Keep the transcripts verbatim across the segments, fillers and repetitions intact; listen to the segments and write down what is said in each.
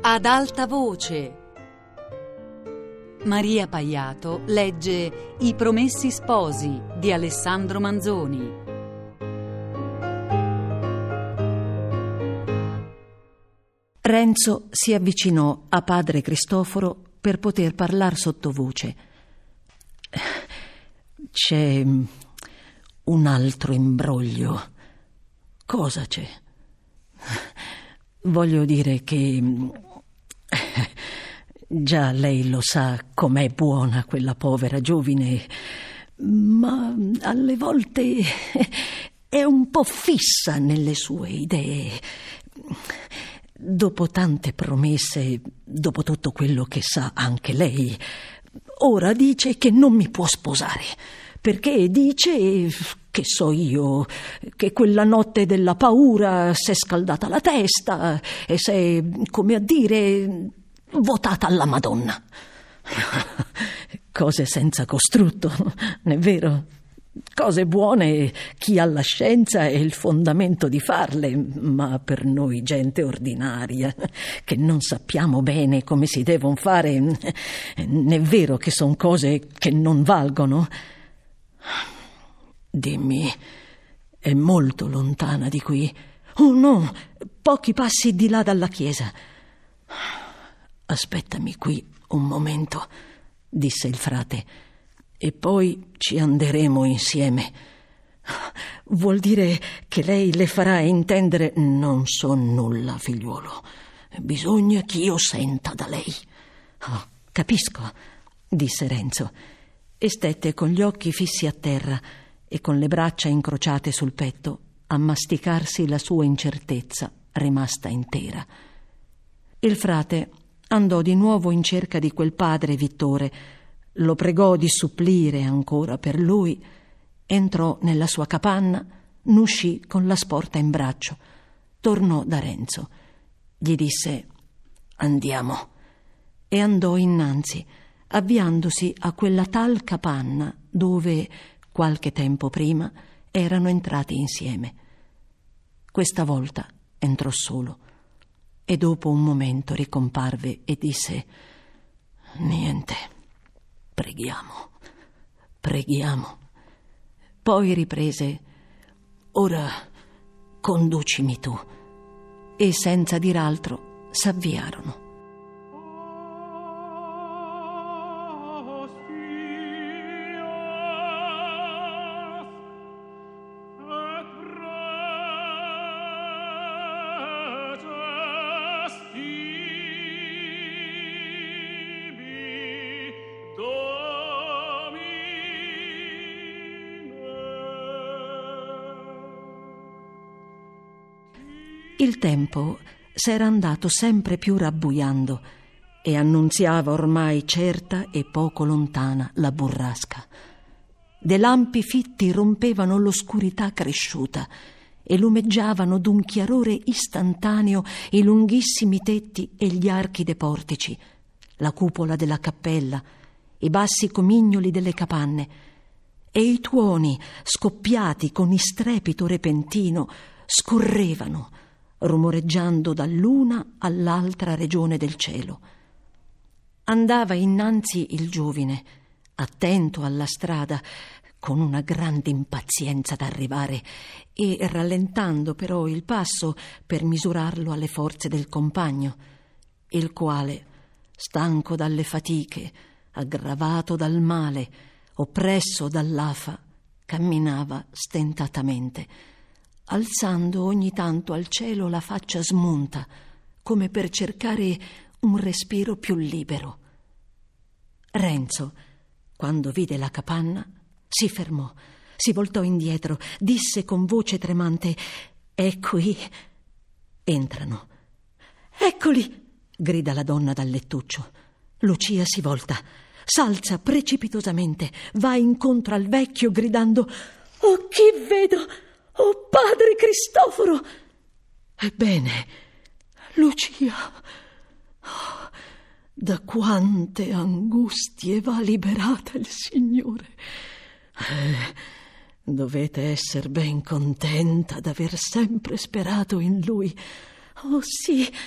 Ad alta voce. Maria Paiato legge I Promessi Sposi di Alessandro Manzoni. Renzo si avvicinò a padre Cristoforo per poter parlar sottovoce. C'è un altro imbroglio. Cosa c'è? Voglio dire che già lei lo sa com'è buona quella povera giovine, ma alle volte è un po' fissa nelle sue idee. Dopo tante promesse, dopo tutto quello che sa anche lei, ora dice che non mi può sposare, perché dice, che so io, che quella notte della paura s'è scaldata la testa e s'è, come a dire, votata alla Madonna. Cose senza costrutto, non è vero? Cose buone chi ha la scienza e il fondamento di farle, ma per noi gente ordinaria che non sappiamo bene come si devono fare, non è vero che son cose che non valgono? Dimmi, è molto lontana di qui? Oh no, pochi passi di là dalla chiesa. Aspettami qui un momento, disse il frate, e poi ci anderemo insieme. Vuol dire che lei le farà intendere? Non so nulla, figliuolo. Bisogna che io senta da lei. Oh, capisco, disse Renzo, e stette con gli occhi fissi a terra e con le braccia incrociate sul petto a masticarsi la sua incertezza rimasta intera. Il frate andò di nuovo in cerca di quel padre Vittore, lo pregò di supplire ancora per lui, entrò nella sua capanna, n'uscì con la sporta in braccio, tornò da Renzo, gli disse «Andiamo», e andò innanzi, avviandosi a quella tal capanna dove, qualche tempo prima, erano entrati insieme. Questa volta entrò solo e dopo un momento ricomparve e disse «Niente, preghiamo, preghiamo». Poi riprese «Ora conducimi tu», e senza dir altro s'avviarono. Il tempo s'era andato sempre più rabbuiando e annunziava ormai certa e poco lontana la burrasca. De lampi fitti rompevano l'oscurità cresciuta e lumeggiavano d'un chiarore istantaneo i lunghissimi tetti e gli archi dei portici, la cupola della cappella, i bassi comignoli delle capanne, e i tuoni, scoppiati con istrepito repentino, scorrevano rumoreggiando dall'una all'altra regione del cielo. Andava innanzi il giovine, attento alla strada, con una grande impazienza d'arrivare, e rallentando però il passo per misurarlo alle forze del compagno, il quale, stanco dalle fatiche, aggravato dal male, oppresso dall'afa, camminava stentatamente, alzando ogni tanto al cielo la faccia smunta, come per cercare un respiro più libero. Renzo, quando vide la capanna, si fermò, si voltò indietro, disse con voce tremante: «È qui». Entrano. «Eccoli!» grida la donna dal lettuccio. Lucia si volta, s'alza precipitosamente, va incontro al vecchio gridando: «Oh, chi vedo? Oh, padre Cristoforo!» Ebbene, Lucia, oh, da quante angustie va liberata il Signore. Eh, dovete esser ben contenta d'aver sempre sperato in Lui. Oh sì,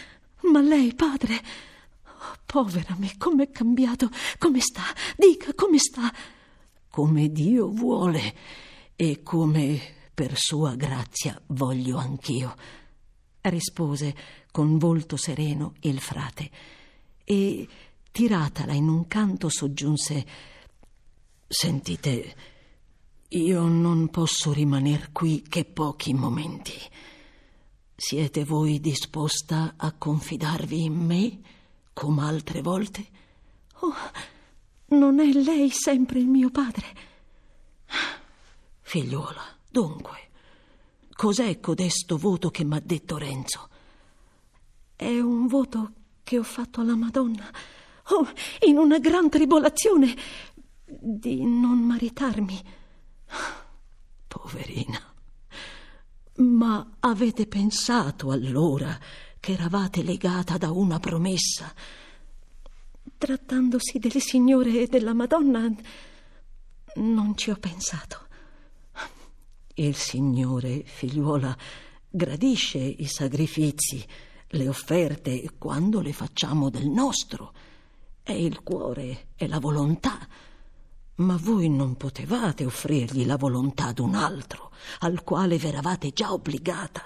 Ma lei, padre, oh, povera me, com'è cambiato, come sta? Dica, come sta? Come Dio vuole e come per sua grazia voglio anch'io, rispose con volto sereno il frate, e tiratala in un canto soggiunse: sentite, io non posso rimaner qui che pochi momenti. Siete voi disposta a confidarvi in me come altre volte? Oh, non è lei sempre il mio padre? Figliuola, dunque, cos'è codesto voto che m'ha detto Renzo? È un voto che ho fatto alla Madonna, oh, in una gran tribolazione, di non maritarmi. Poverina, ma avete pensato allora che eravate legata da una promessa? Trattandosi delle signore e della Madonna, non ci ho pensato. Il Signore, figliuola, gradisce i sacrifici, le offerte, quando le facciamo del nostro. È il cuore, è la volontà. Ma voi non potevate offrirgli la volontà d'un altro, al quale v'eravate già obbligata.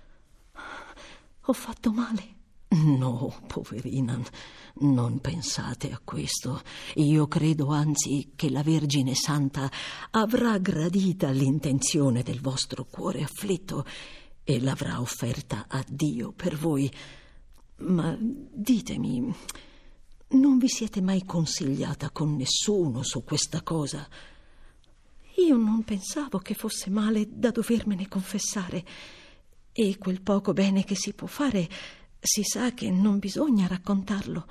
Ho fatto male? No, poverina, non pensate a questo. Io credo anzi che la Vergine Santa avrà gradita l'intenzione del vostro cuore afflitto e l'avrà offerta a Dio per voi. Ma ditemi, non vi siete mai consigliata con nessuno su questa cosa? Io non pensavo che fosse male da dovermene confessare, e quel poco bene che si può fare si sa che non bisogna raccontarlo.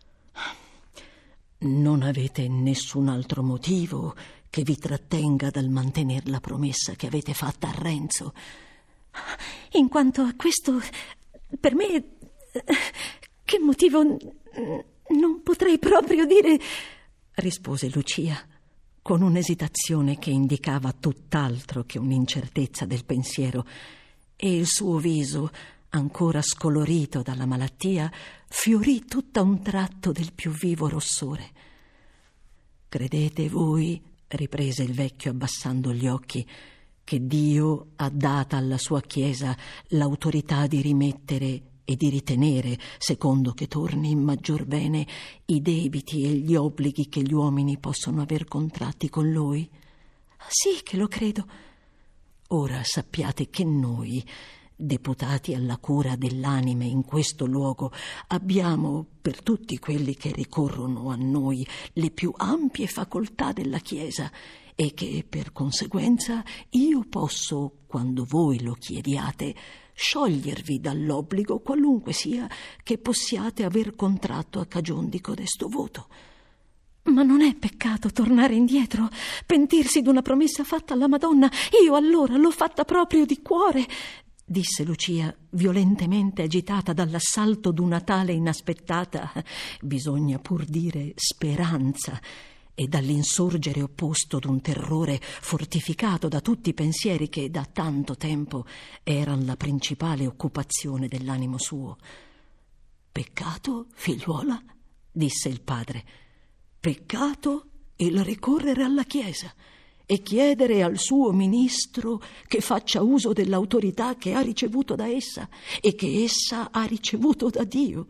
Non avete nessun altro motivo che vi trattenga dal mantenere la promessa che avete fatta a Renzo? In quanto a questo, per me, che motivo non potrei proprio dire, rispose Lucia, con un'esitazione che indicava tutt'altro che un'incertezza del pensiero, e il suo viso, ancora scolorito dalla malattia, fiorì tutta un tratto del più vivo rossore. Credete voi, riprese il vecchio abbassando gli occhi, che Dio ha data alla sua Chiesa l'autorità di rimettere e di ritenere, secondo che torni in maggior bene, i debiti e gli obblighi che gli uomini possono aver contratti con Lui? Sì, che lo credo. Ora sappiate che noi, deputati alla cura dell'anime in questo luogo, abbiamo, per tutti quelli che ricorrono a noi, le più ampie facoltà della Chiesa, e che per conseguenza io posso, quando voi lo chiediate, sciogliervi dall'obbligo qualunque sia che possiate aver contratto a cagion di codesto voto. Ma non è peccato tornare indietro, pentirsi d'una promessa fatta alla Madonna? Io allora l'ho fatta proprio di cuore, disse Lucia, violentemente agitata dall'assalto d'una tale inaspettata, bisogna pur dire speranza, e dall'insorgere opposto d'un terrore fortificato da tutti i pensieri che da tanto tempo eran la principale occupazione dell'animo suo. Peccato, figliuola? Disse il padre. Peccato il ricorrere alla Chiesa e chiedere al suo ministro che faccia uso dell'autorità che ha ricevuto da essa e che essa ha ricevuto da Dio.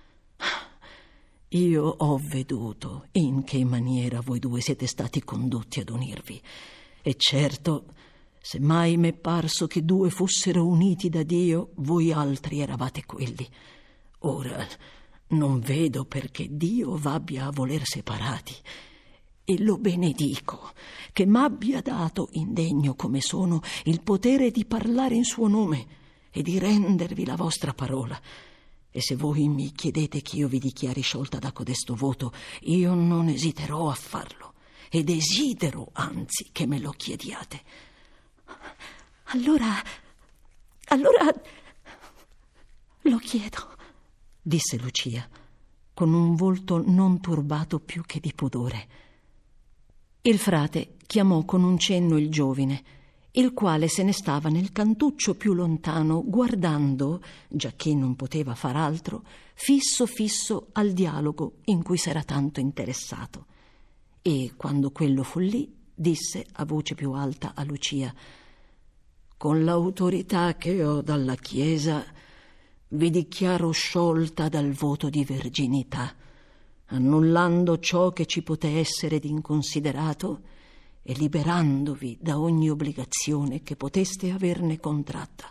Io ho veduto in che maniera voi due siete stati condotti ad unirvi, e certo, se mai m'è parso che due fossero uniti da Dio, voi altri eravate quelli. Ora non vedo perché Dio v'abbia a voler separati, e lo benedico che m'abbia dato, indegno come sono, il potere di parlare in suo nome e di rendervi la vostra parola. E se voi mi chiedete che io vi dichiari sciolta da codesto voto, io non esiterò a farlo, e desidero anzi che me lo chiediate. Allora, allora lo chiedo, disse Lucia, con un volto non turbato più che di pudore. Il frate chiamò con un cenno il giovine il quale se ne stava nel cantuccio più lontano, guardando, giacché non poteva far altro, fisso fisso al dialogo in cui s'era tanto interessato. E quando quello fu lì, disse a voce più alta a Lucia: «Con l'autorità che ho dalla Chiesa, vi dichiaro sciolta dal voto di verginità, annullando ciò che ci poté essere d'inconsiderato e liberandovi da ogni obbligazione che poteste averne contratta.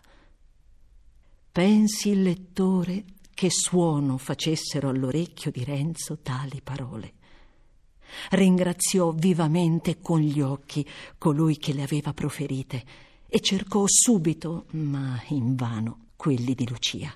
Pensi il lettore che suono facessero all'orecchio di Renzo tali parole. Ringraziò vivamente con gli occhi colui che le aveva proferite e cercò subito, ma invano, quelli di Lucia.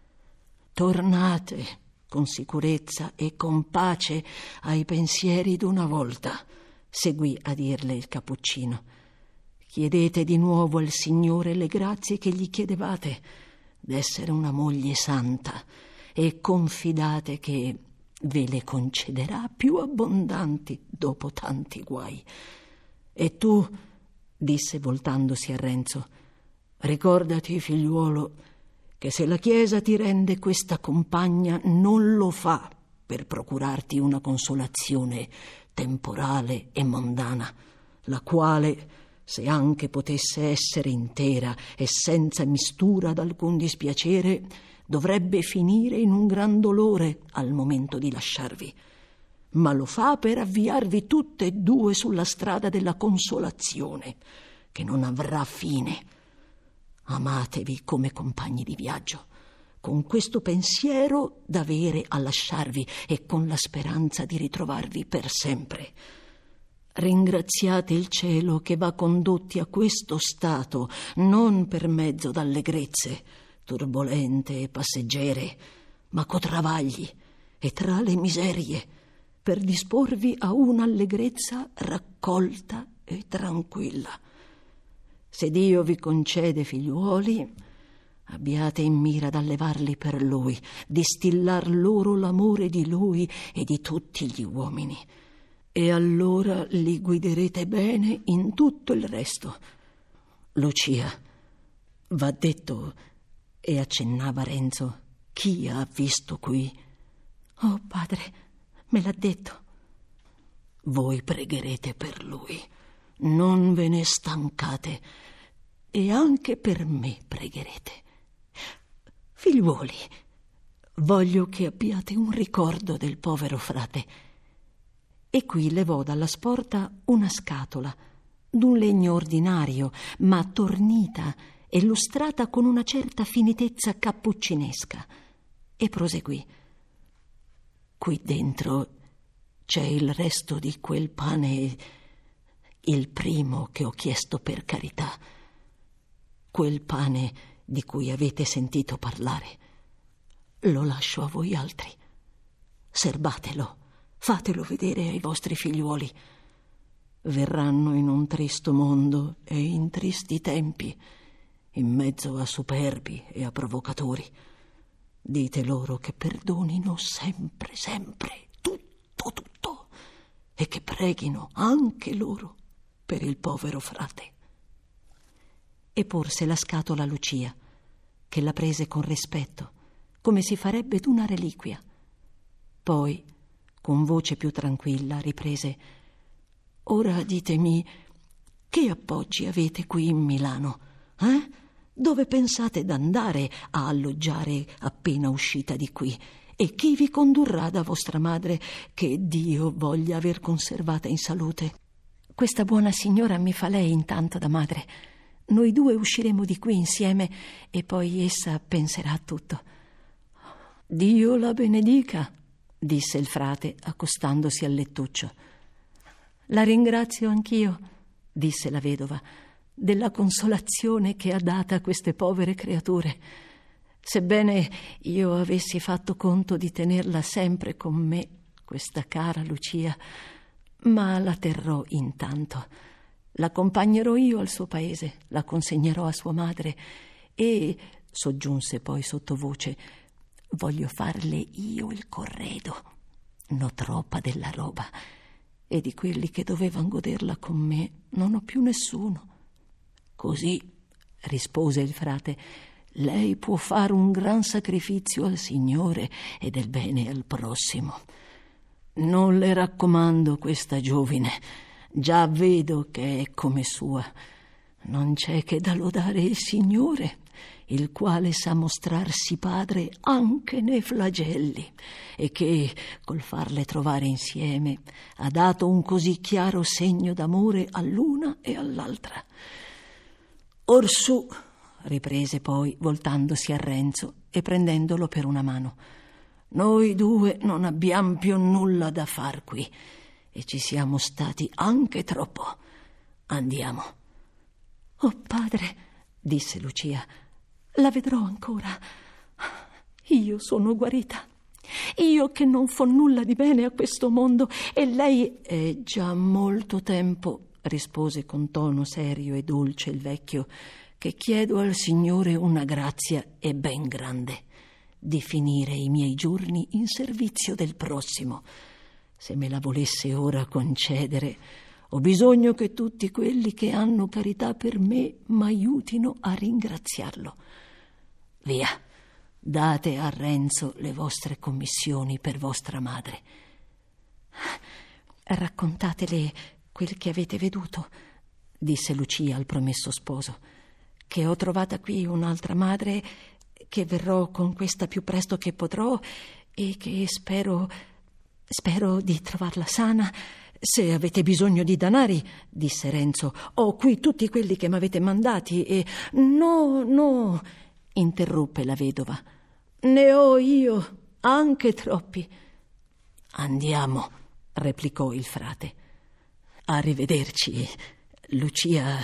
Tornate con sicurezza e con pace ai pensieri d'una volta, seguì a dirle il cappuccino. Chiedete di nuovo al Signore le grazie che gli chiedevate, d'essere una moglie santa, e confidate che ve le concederà più abbondanti dopo tanti guai. E tu, disse voltandosi a Renzo, ricordati, figliuolo, che se la Chiesa ti rende questa compagna non lo fa per procurarti una consolazione temporale e mondana, la quale, se anche potesse essere intera e senza mistura d'alcun dispiacere, dovrebbe finire in un gran dolore al momento di lasciarvi, ma lo fa per avviarvi tutte e due sulla strada della consolazione, che non avrà fine. Amatevi come compagni di viaggio, con questo pensiero d'avere a lasciarvi e con la speranza di ritrovarvi per sempre. Ringraziate il cielo che v'ha condotti a questo stato, non per mezzo d'allegrezze turbolente e passeggere, ma co travagli e tra le miserie, per disporvi a un'allegrezza raccolta e tranquilla. Se Dio vi concede figliuoli, abbiate in mira d'allevarli per Lui, di stillar loro l'amore di Lui e di tutti gli uomini, e allora li guiderete bene in tutto il resto. Lucia, va detto, e accennava Renzo, chi ha visto qui? Oh, padre, me l'ha detto. Voi pregherete per lui, non ve ne stancate, e anche per me pregherete. Figliuoli, voglio che abbiate un ricordo del povero frate. E qui levò dalla sporta una scatola d'un legno ordinario, ma tornita e lustrata con una certa finitezza cappuccinesca, e proseguì: qui dentro c'è il resto di quel pane, il primo che ho chiesto per carità, quel pane di cui avete sentito parlare. Lo lascio a voi altri. Serbatelo, fatelo vedere ai vostri figliuoli. Verranno in un tristo mondo e in tristi tempi, in mezzo a superbi e a provocatori. Dite loro che perdonino sempre, sempre, tutto, tutto, e che preghino anche loro per il povero frate. E porse la scatola a Lucia, che la prese con rispetto, come si farebbe d'una reliquia. Poi, con voce più tranquilla, riprese: ora ditemi, che appoggi avete qui in Milano, eh? Dove pensate d'andare a alloggiare appena uscita di qui? E chi vi condurrà da vostra madre, che Dio voglia aver conservata in salute? Questa buona signora mi fa lei intanto da madre. Noi due usciremo di qui insieme e poi essa penserà a tutto. Dio la benedica, disse il frate accostandosi al lettuccio. La ringrazio anch'io, disse la vedova, della consolazione che ha data a queste povere creature, sebbene io avessi fatto conto di tenerla sempre con me, questa cara Lucia, ma la terrò intanto. L'accompagnerò io al suo paese, la consegnerò a sua madre e, soggiunse poi sottovoce, voglio farle io il corredo. N'ho troppa della roba e di quelli che dovevan goderla con me non ho più nessuno. Così, rispose il frate, lei può fare un gran sacrificio al Signore e del bene al prossimo. Non le raccomando questa giovine, già vedo che è come sua. Non c'è che da lodare il Signore, il quale sa mostrarsi padre anche nei flagelli e che, col farle trovare insieme, ha dato un così chiaro segno d'amore all'una e all'altra. Orsù, riprese poi, voltandosi a Renzo e prendendolo per una mano, noi due non abbiamo più nulla da far qui e ci siamo stati anche troppo. Andiamo. Oh padre, disse Lucia, la vedrò ancora. Io sono guarita. Io che non fo nulla di bene a questo mondo e lei... È già molto tempo, rispose con tono serio e dolce il vecchio, che chiedo al Signore una grazia e ben grande, di finire i miei giorni in servizio del prossimo. Se me la volesse ora concedere, ho bisogno che tutti quelli che hanno carità per me m'aiutino a ringraziarlo. Via, date a Renzo le vostre commissioni per vostra madre. Raccontatele quel che avete veduto, disse Lucia al promesso sposo, che ho trovata qui un'altra madre, che verrò con questa più presto che potrò e che spero spero di trovarla sana. Se avete bisogno di danari, disse Renzo, ho qui tutti quelli che m'avete mandati e... No, no, interruppe la vedova, ne ho io anche troppi. Andiamo, replicò il frate. Arrivederci, Lucia.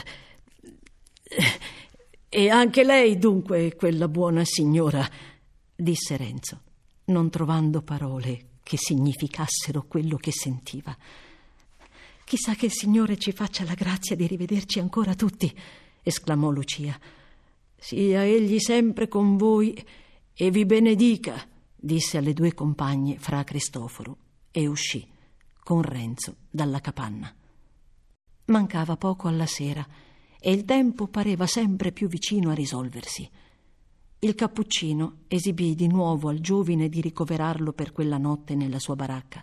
E anche lei, dunque, quella buona signora, disse Renzo, non trovando parole che significassero quello che sentiva. Chissà che il Signore ci faccia la grazia di rivederci ancora tutti, esclamò Lucia. Sia egli sempre con voi e vi benedica, disse alle due compagne fra Cristoforo e uscì con Renzo dalla capanna. Mancava poco alla sera e il tempo pareva sempre più vicino a risolversi. Il cappuccino esibì di nuovo al giovine di ricoverarlo per quella notte nella sua baracca.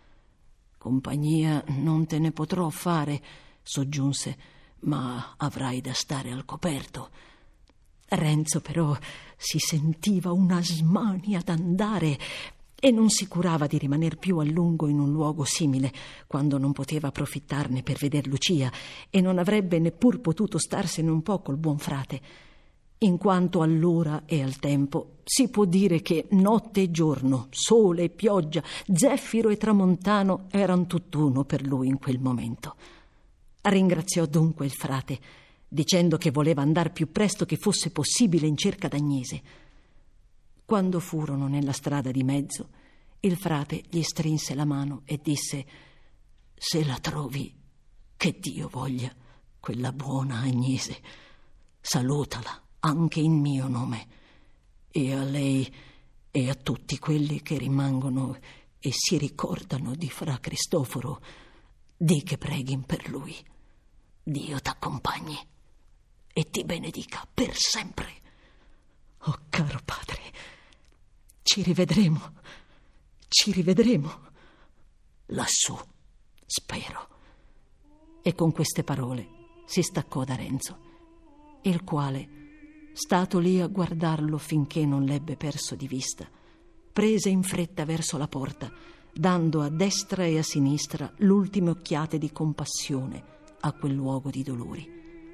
Compagnia non te ne potrò fare, soggiunse, ma avrai da stare al coperto. Renzo però si sentiva una smania d'andare e non si curava di rimaner più a lungo in un luogo simile, quando non poteva approfittarne per veder Lucia e non avrebbe neppur potuto starsene un po' col buon frate. In quanto all'ora e al tempo, si può dire che notte e giorno, sole e pioggia, zeffiro e tramontano eran tutt'uno per lui in quel momento. Ringraziò dunque il frate, dicendo che voleva andar più presto che fosse possibile in cerca d'Agnese. Quando furono nella strada di mezzo, il frate gli strinse la mano e disse: «Se la trovi, che Dio voglia, quella buona Agnese, salutala anche in mio nome, e a lei e a tutti quelli che rimangono e si ricordano di fra Cristoforo, di che preghin per lui. Dio t'accompagni e ti benedica per sempre. Oh, caro padre, ci rivedremo, ci rivedremo. Lassù, spero». E con queste parole si staccò da Renzo, il quale, stato lì a guardarlo finché non l'ebbe perso di vista, prese in fretta verso la porta, dando a destra e a sinistra l'ultime occhiate di compassione a quel luogo di dolori.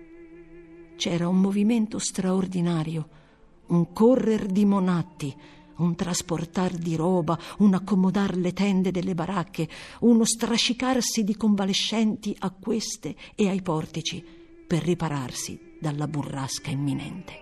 C'era un movimento straordinario, un correr di monatti, un trasportar di roba, un accomodar le tende delle baracche, uno strascicarsi di convalescenti a queste e ai portici per ripararsi dalla burrasca imminente.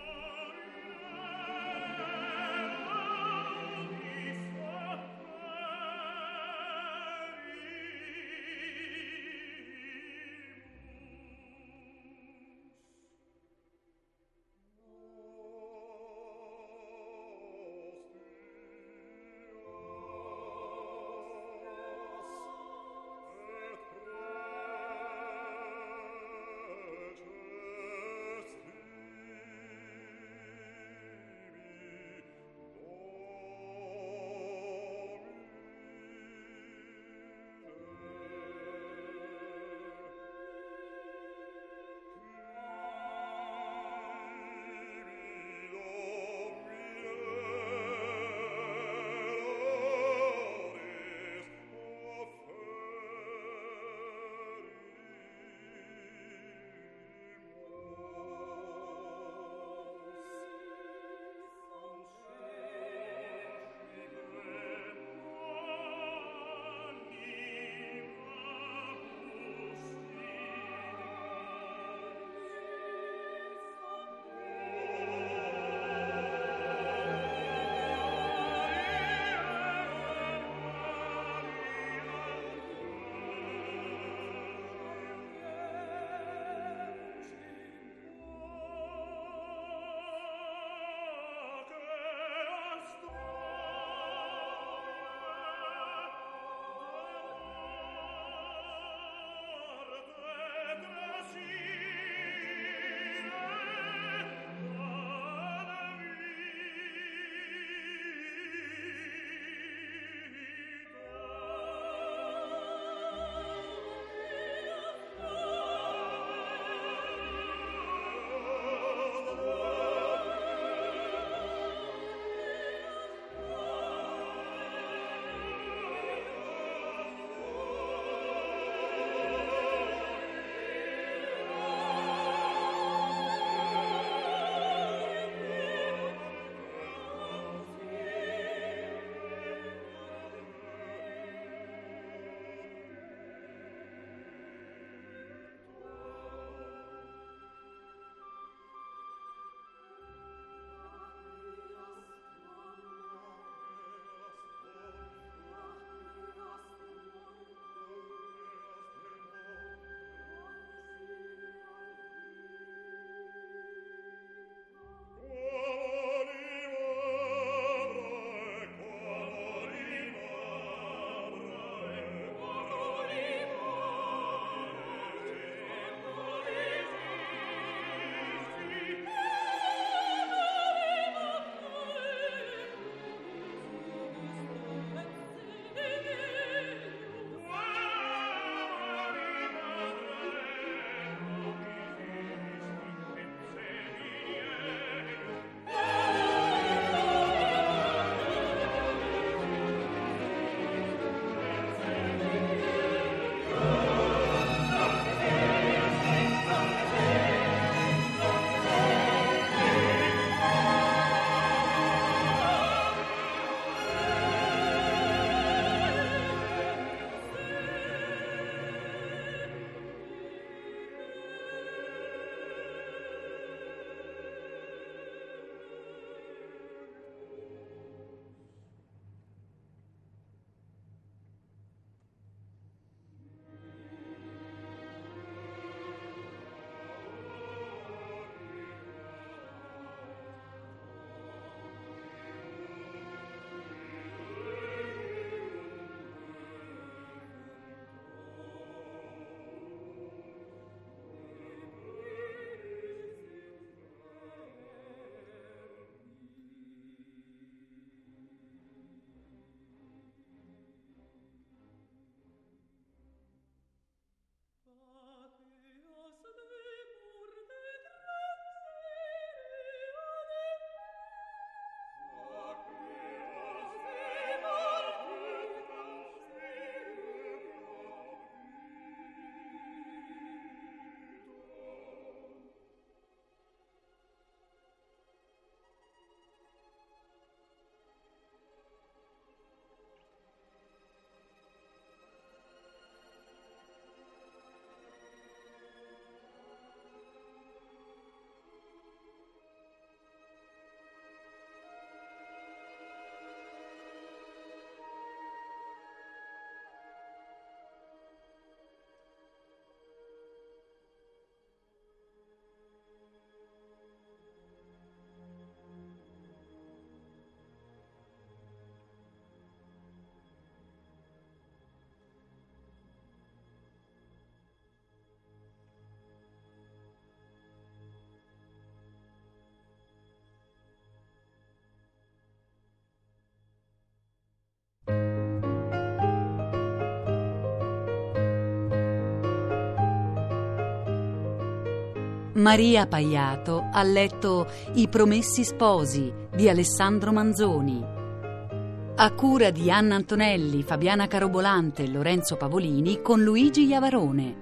Maria Paiato ha letto I Promessi Sposi di Alessandro Manzoni. A cura di Anna Antonelli, Fabiana Carobolante e Lorenzo Pavolini con Luigi Iavarone.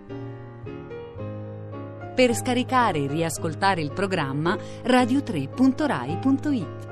Per scaricare e riascoltare il programma radio tre punto rai punto it.